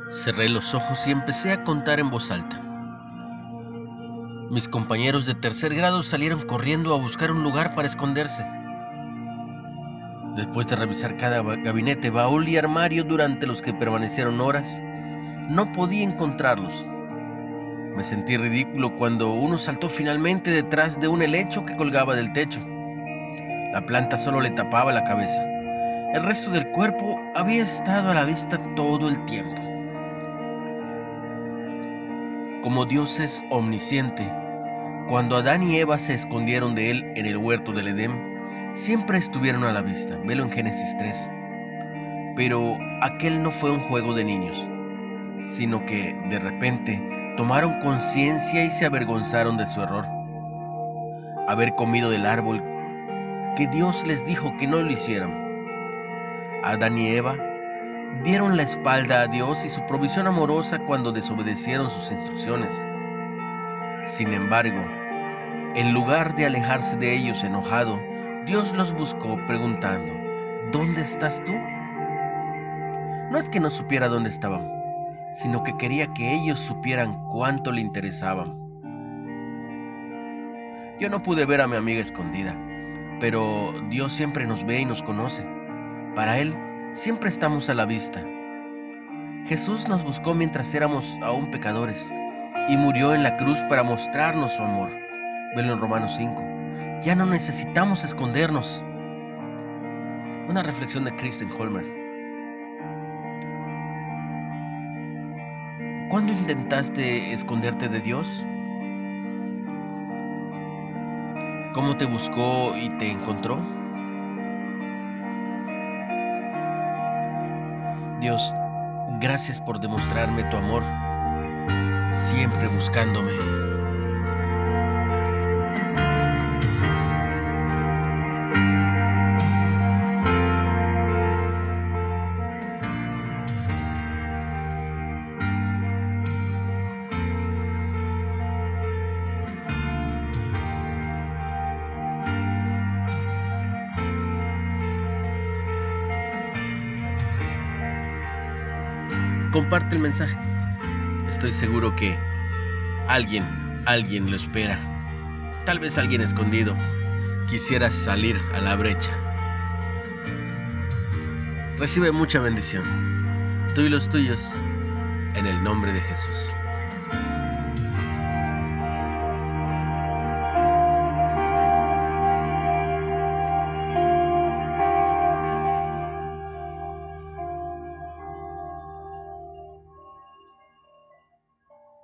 Cerré los ojos y empecé a contar en voz alta. Mis compañeros de tercer grado salieron corriendo a buscar un lugar para esconderse. Después de revisar cada gabinete, baúl y armario durante los que permanecieron horas, no podía encontrarlos. Me sentí ridículo cuando uno saltó finalmente detrás de un helecho que colgaba del techo. La planta solo le tapaba la cabeza. El resto del cuerpo había estado a la vista todo el tiempo. Como Dios es omnisciente, cuando Adán y Eva se escondieron de él en el huerto del Edén, siempre estuvieron a la vista. Velo en Génesis 3. Pero aquel no fue un juego de niños, sino que, de repente, tomaron conciencia y se avergonzaron de su error. Haber comido del árbol que Dios les dijo que no lo hicieran. Adán y Eva dieron la espalda a Dios y su provisión amorosa cuando desobedecieron sus instrucciones. Sin embargo, en lugar de alejarse de ellos enojado, Dios los buscó preguntando, ¿dónde estás tú? No es que no supiera dónde estaban, sino que quería que ellos supieran cuánto le interesaban. Yo no pude ver a mi amiga escondida, pero Dios siempre nos ve y nos conoce. Para Él, siempre estamos a la vista. Jesús nos buscó mientras éramos aún pecadores y murió en la cruz para mostrarnos su amor. Velo en Romanos 5. Ya no necesitamos escondernos. Una reflexión de Kristen Holmer. ¿Cuándo intentaste esconderte de Dios? ¿Cómo te buscó y te encontró? Dios, gracias por demostrarme tu amor, siempre buscándome. Comparte el mensaje. Estoy seguro que alguien lo espera. Tal vez alguien escondido quisiera salir a la brecha. Recibe mucha bendición. Tú y los tuyos, en el nombre de Jesús.